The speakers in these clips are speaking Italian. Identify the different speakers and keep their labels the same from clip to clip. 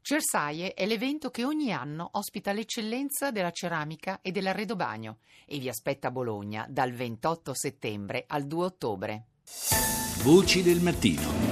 Speaker 1: Cersaie è l'evento che ogni anno ospita l'eccellenza della ceramica e dell'arredobagno e vi aspetta a Bologna dal 28 settembre al 2 ottobre.
Speaker 2: Voci del mattino.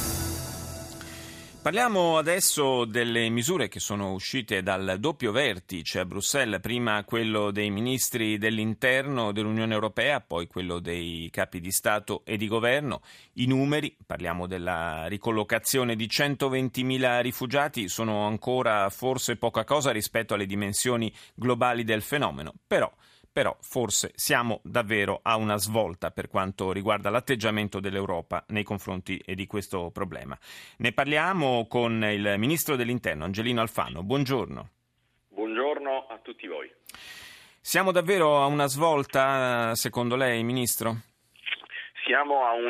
Speaker 3: Parliamo adesso delle misure che sono uscite dal doppio vertice a Bruxelles, prima quello dei ministri dell'interno dell'Unione Europea, poi quello dei capi di Stato e di Governo. I numeri, parliamo della ricollocazione di 120.000 rifugiati, sono ancora forse poca cosa rispetto alle dimensioni globali del fenomeno, però forse siamo davvero a una svolta per quanto riguarda l'atteggiamento dell'Europa nei confronti di questo problema. Ne parliamo con il Ministro dell'Interno, Angelino Alfano. Buongiorno.
Speaker 4: Buongiorno a tutti voi.
Speaker 3: Siamo davvero a una svolta, secondo lei, Ministro?
Speaker 4: Siamo a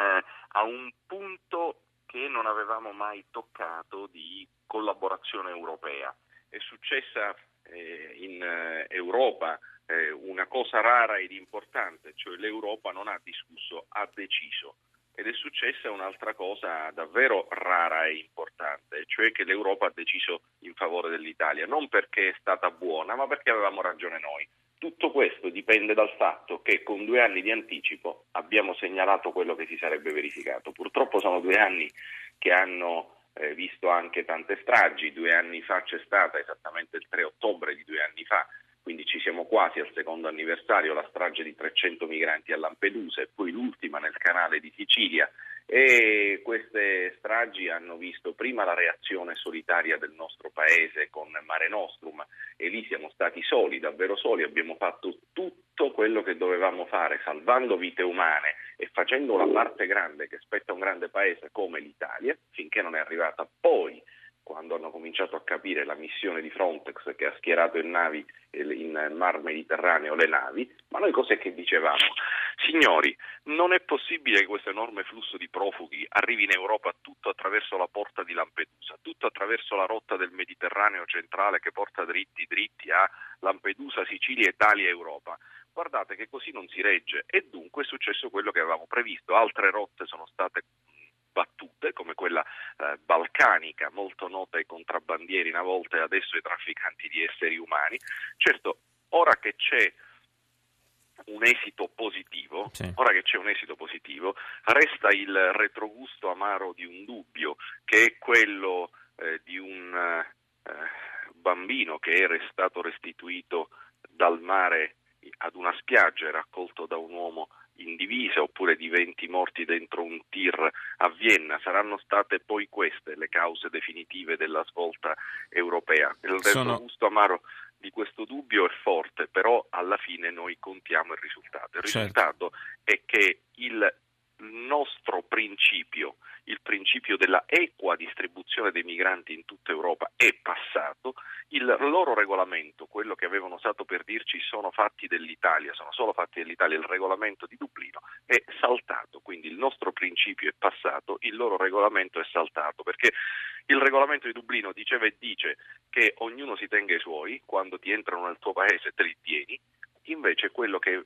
Speaker 4: un punto che non avevamo mai toccato di collaborazione europea. È successa in Europa una cosa rara ed importante, cioè l'Europa non ha discusso, ha deciso. Ed è successa un'altra cosa davvero rara e importante, cioè che l'Europa ha deciso in favore dell'Italia, non perché è stata buona, ma perché avevamo ragione noi. Tutto questo dipende dal fatto che con 2 anni di anticipo abbiamo segnalato quello che si sarebbe verificato. Purtroppo sono 2 anni che hanno visto anche tante stragi. 2 anni fa c'è stata, esattamente il 3 ottobre di 2 anni fa, quindi ci siamo quasi al secondo anniversario, la strage di 300 migranti a Lampedusa e poi l'ultima nel canale di Sicilia. E queste stragi hanno visto prima la reazione solitaria del nostro paese con Mare Nostrum, e lì siamo stati soli, davvero soli, abbiamo fatto tutto quello che dovevamo fare, salvando vite umane e facendo una parte grande che spetta a un grande paese come l'Italia, finché non è arrivata poi, quando hanno cominciato a capire la missione di Frontex che ha schierato in navi in Mar Mediterraneo le navi. Ma noi cos'è che dicevamo? Signori, non è possibile che questo enorme flusso di profughi arrivi in Europa tutto attraverso la porta di Lampedusa, tutto attraverso la rotta del Mediterraneo centrale che porta dritti a Lampedusa, Sicilia, Italia e Europa. Guardate che così non si regge, e dunque è successo quello che avevamo previsto. Altre rotte sono state battute, come quella balcanica, molto nota ai contrabbandieri una volta e adesso ai trafficanti di esseri umani. Certo, ora che c'è un esito positivo, resta il retrogusto amaro di un dubbio, che è quello di un bambino che era stato restituito dal mare ad una spiaggia e raccolto da un uomo in divisa, oppure di 20 morti dentro un tir a Vienna. Saranno state poi queste le cause definitive della svolta europea. Il retrogusto amaro di questo dubbio è forte, però alla fine noi contiamo il risultato. Il risultato è che il nostro principio, il principio della equa distribuzione dei migranti in tutta Europa, è passato. Il loro regolamento, quello che avevano usato per dirci sono fatti dell'Italia, sono solo fatti dell'Italia, il regolamento di Dublino è saltato. Quindi il nostro principio è passato, il loro regolamento è saltato, perché il regolamento di Dublino diceva e dice che ognuno si tenga i suoi, quando ti entrano nel tuo paese te li tieni. Invece quello che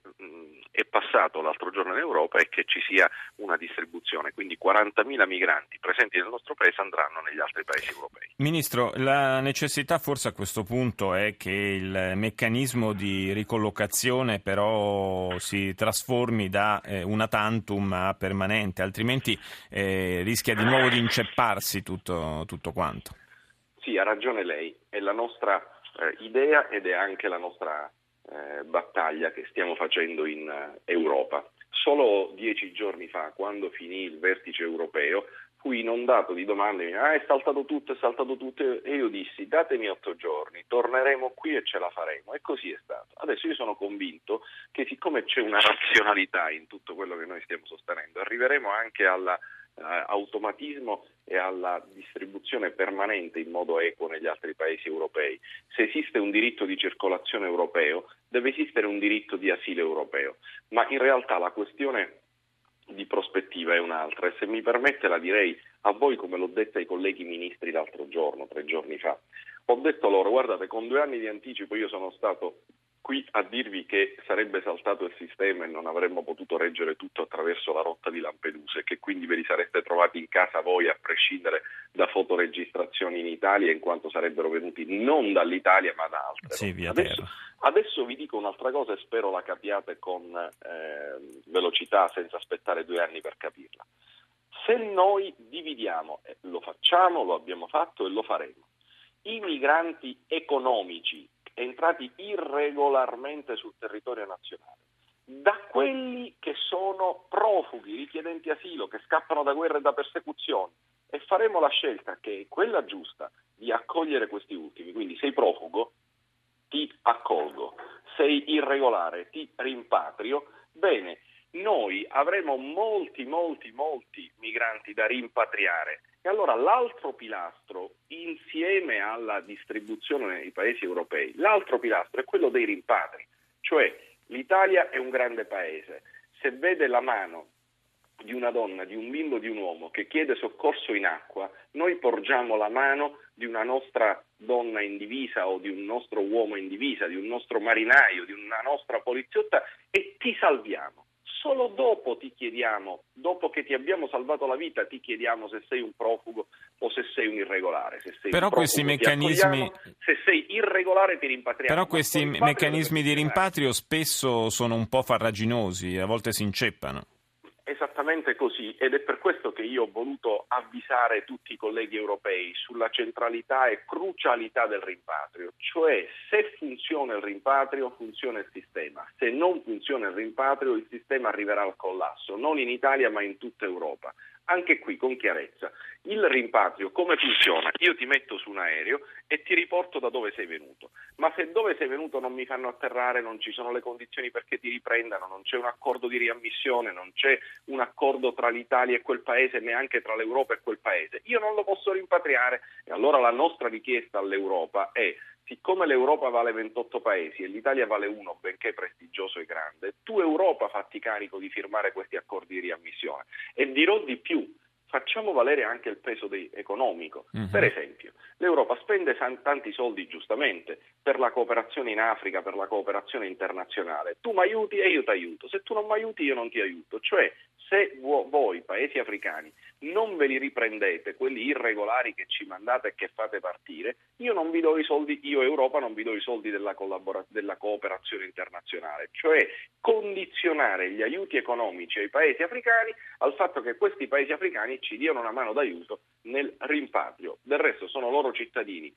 Speaker 4: è passato l'altro giorno in Europa è che ci sia una distribuzione, quindi 40.000 migranti presenti nel nostro paese andranno negli altri paesi europei.
Speaker 3: Ministro, la necessità forse a questo punto è che il meccanismo di ricollocazione però si trasformi da una tantum a permanente, altrimenti rischia di nuovo di incepparsi tutto quanto.
Speaker 4: Sì, ha ragione lei, è la nostra idea ed è anche la nostra battaglia che stiamo facendo in Europa. Solo 10 giorni fa, quando finì il vertice europeo, fui inondato di domande, è saltato tutto, e io dissi datemi 8 giorni, torneremo qui e ce la faremo, e così è stato. Adesso io sono convinto che, siccome c'è una razionalità in tutto quello che noi stiamo sostenendo, arriveremo anche all'automatismo e alla distribuzione permanente in modo equo negli altri paesi europei. Se esiste un diritto di circolazione europeo, deve esistere un diritto di asilo europeo, ma in realtà la questione di prospettiva è un'altra, e se mi permette la direi a voi come l'ho detta ai colleghi ministri l'altro giorno, 3 giorni fa. Ho detto loro: guardate, con 2 anni di anticipo io sono stato qui a dirvi che sarebbe saltato il sistema e non avremmo potuto reggere tutto attraverso la rotta di Lampedusa e che quindi ve li sareste trovati in casa voi a prescindere da fotoregistrazioni in Italia, in quanto sarebbero venuti non dall'Italia ma da altre.
Speaker 3: Sì, via terra.
Speaker 4: Adesso vi dico un'altra cosa e spero la capiate con velocità, senza aspettare 2 anni per capirla. Se noi dividiamo, lo facciamo, lo abbiamo fatto e lo faremo, i migranti economici entrati irregolarmente sul territorio nazionale da quelli che sono profughi, richiedenti asilo, che scappano da guerre e da persecuzioni, e faremo la scelta che è quella giusta di accogliere questi ultimi. Quindi sei profugo, ti accolgo, sei irregolare, ti rimpatrio. Bene, noi avremo molti migranti da rimpatriare. E allora l'altro pilastro, insieme alla distribuzione nei paesi europei, l'altro pilastro è quello dei rimpatri. Cioè l'Italia è un grande paese, se vede la mano di una donna, di un bimbo, di un uomo che chiede soccorso in acqua, noi porgiamo la mano di una nostra donna in divisa o di un nostro uomo in divisa, di un nostro marinaio, di una nostra poliziotta e ti salviamo. Solo dopo ti chiediamo, dopo che ti abbiamo salvato la vita, ti chiediamo se sei un profugo o se sei un irregolare. Se sei
Speaker 3: Però
Speaker 4: un profugo,
Speaker 3: questi meccanismi,
Speaker 4: se sei irregolare ti rimpatriamo.
Speaker 3: però questi meccanismi di rimpatrio spesso sono un po' farraginosi, a volte si inceppano.
Speaker 4: Esattamente così, ed è per questo che io ho voluto avvisare tutti i colleghi europei sulla centralità e crucialità del rimpatrio, cioè se funziona il rimpatrio funziona il sistema, se non funziona il rimpatrio il sistema arriverà al collasso, non in Italia ma in tutta Europa. Anche qui con chiarezza, il rimpatrio come funziona? Io ti metto su un aereo e ti riporto da dove sei venuto, ma se dove sei venuto non mi fanno atterrare, non ci sono le condizioni perché ti riprendano, non c'è un accordo di riammissione, non c'è un accordo tra l'Italia e quel paese, neanche tra l'Europa e quel paese, io non lo posso rimpatriare. E allora la nostra richiesta all'Europa è: siccome l'Europa vale 28 paesi e l'Italia vale 1, benché prestigioso e grande, tu Europa fatti carico di firmare questi accordi di riammissione. E dirò di più, facciamo valere anche il peso economico. Per esempio, l'Europa spende tanti soldi giustamente per la cooperazione in Africa, per la cooperazione internazionale. Tu mi aiuti e io ti aiuto, se tu non mi aiuti io non ti aiuto. Cioè, se voi, paesi africani, non ve li riprendete, quelli irregolari che ci mandate e che fate partire, io non vi do i soldi, io Europa non vi do i soldi della cooperazione internazionale, cioè condizionare gli aiuti economici ai paesi africani al fatto che questi paesi africani ci diano una mano d'aiuto nel rimpatrio. Del resto sono loro cittadini,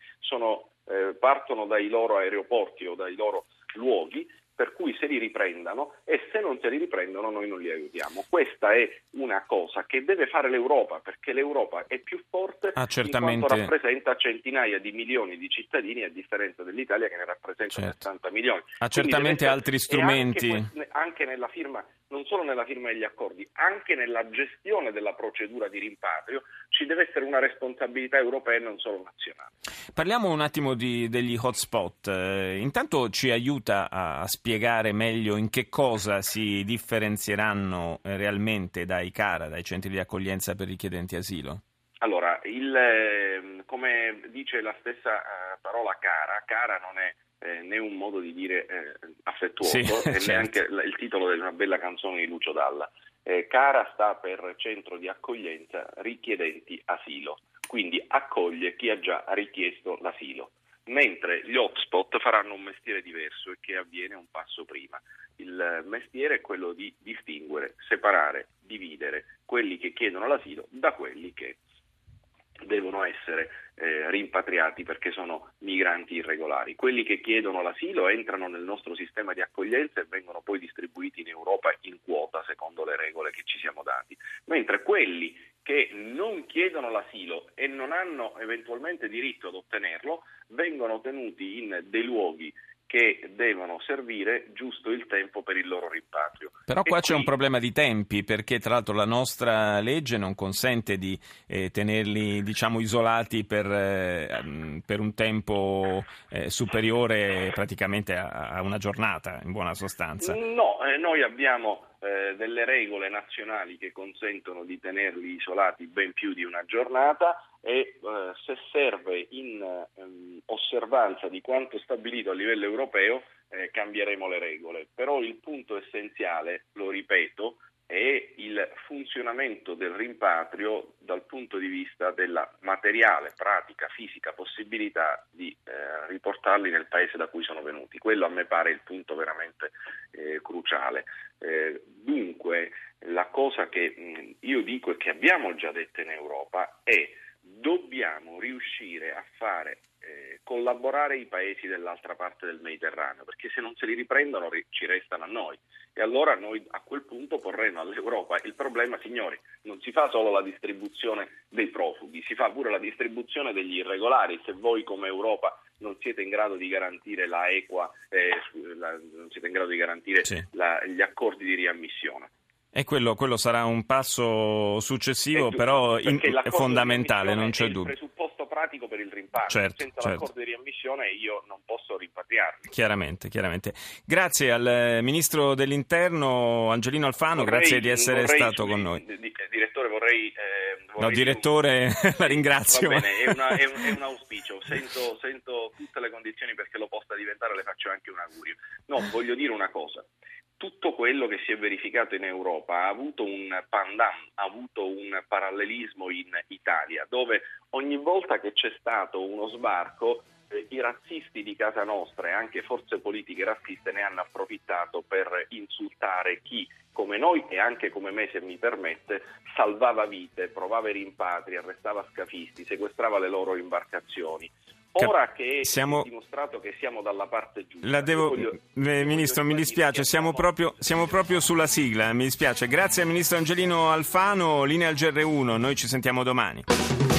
Speaker 4: partono dai loro aeroporti o dai loro luoghi, per cui se li riprendano, e se non se li riprendono noi non li aiutiamo. Questa è una cosa che deve fare l'Europa, perché l'Europa è più forte in quanto rappresenta centinaia di milioni di cittadini, a differenza dell'Italia che ne rappresenta 60 milioni.
Speaker 3: Ha certamente altri strumenti.
Speaker 4: Anche nella firma, non solo nella firma degli accordi, anche nella gestione della procedura di rimpatrio ci deve essere una responsabilità europea e non solo nazionale.
Speaker 3: Parliamo un attimo degli hotspot. Intanto ci aiuta a spiegare meglio in che cosa si differenzieranno realmente dai CARA, dai centri di accoglienza per richiedenti asilo?
Speaker 4: Allora, come dice la stessa parola CARA non è né un modo di dire affettuoso, e neanche il titolo di una bella canzone di Lucio Dalla. CARA sta per Centro di Accoglienza Richiedenti Asilo, quindi accoglie chi ha già richiesto l'asilo, mentre gli hotspot faranno un mestiere diverso e che avviene un passo prima. Il mestiere è quello di distinguere, separare, dividere quelli che chiedono l'asilo da quelli che devono essere rimpatriati perché sono migranti irregolari. Quelli che chiedono l'asilo entrano nel nostro sistema di accoglienza e vengono poi distribuiti in Europa in quota secondo le regole che ci siamo dati, mentre quelli che non chiedono l'asilo e non hanno eventualmente diritto ad ottenerlo vengono tenuti in dei luoghi che devono servire giusto il tempo per il loro rimpatrio.
Speaker 3: Però qua c'è un problema di tempi, perché tra l'altro la nostra legge non consente di tenerli, isolati per un tempo superiore praticamente a una giornata, in buona sostanza.
Speaker 4: No, noi abbiamo delle regole nazionali che consentono di tenerli isolati ben più di una giornata e se serve in osservanza di quanto stabilito a livello europeo cambieremo le regole. Però il punto essenziale, lo ripeto, è il funzionamento del rimpatrio dal punto di vista della materiale, pratica, fisica possibilità di riportarli nel paese da cui sono venuti. Quello a me pare il punto veramente cruciale. Dunque la cosa che io dico e che abbiamo già detto in Europa è: dobbiamo riuscire a fare collaborare i paesi dell'altra parte del Mediterraneo, perché se non se li riprendono ci restano a noi, e allora noi a quel punto porremo all'Europa il problema: signori, non si fa solo la distribuzione dei profughi, si fa pure la distribuzione degli irregolari. Se voi come Europa non siete in grado di garantire la equa, non siete in grado di garantire gli accordi di riammissione.
Speaker 3: E quello sarà un passo successivo, però è fondamentale, non c'è dubbio.
Speaker 4: È il presupposto pratico per il rimpatrio. Senza l'accordo di riammissione io non posso rimpatriarli.
Speaker 3: Chiaramente. Grazie al Ministro dell'Interno Angelino Alfano, grazie di essere stato con noi.
Speaker 4: Direttore, vorrei
Speaker 3: direttore, la ringrazio.
Speaker 4: Va bene, è un auspicio, sento tutte le condizioni perché lo possa diventare, le faccio anche un augurio. No, voglio dire una cosa. Tutto quello che si è verificato in Europa ha avuto un pendant, ha avuto un parallelismo in Italia, dove ogni volta che c'è stato uno sbarco i razzisti di casa nostra e anche forze politiche razziste ne hanno approfittato per insultare chi, come noi e anche come me, se mi permette, salvava vite, provava i rimpatri, arrestava scafisti, sequestrava le loro imbarcazioni. Ora che è dimostrato che siamo dalla parte giusta.
Speaker 3: Ministro, mi dispiace, siamo proprio sulla sigla, mi dispiace. Grazie al Ministro Angelino Alfano, linea al GR1, noi ci sentiamo domani.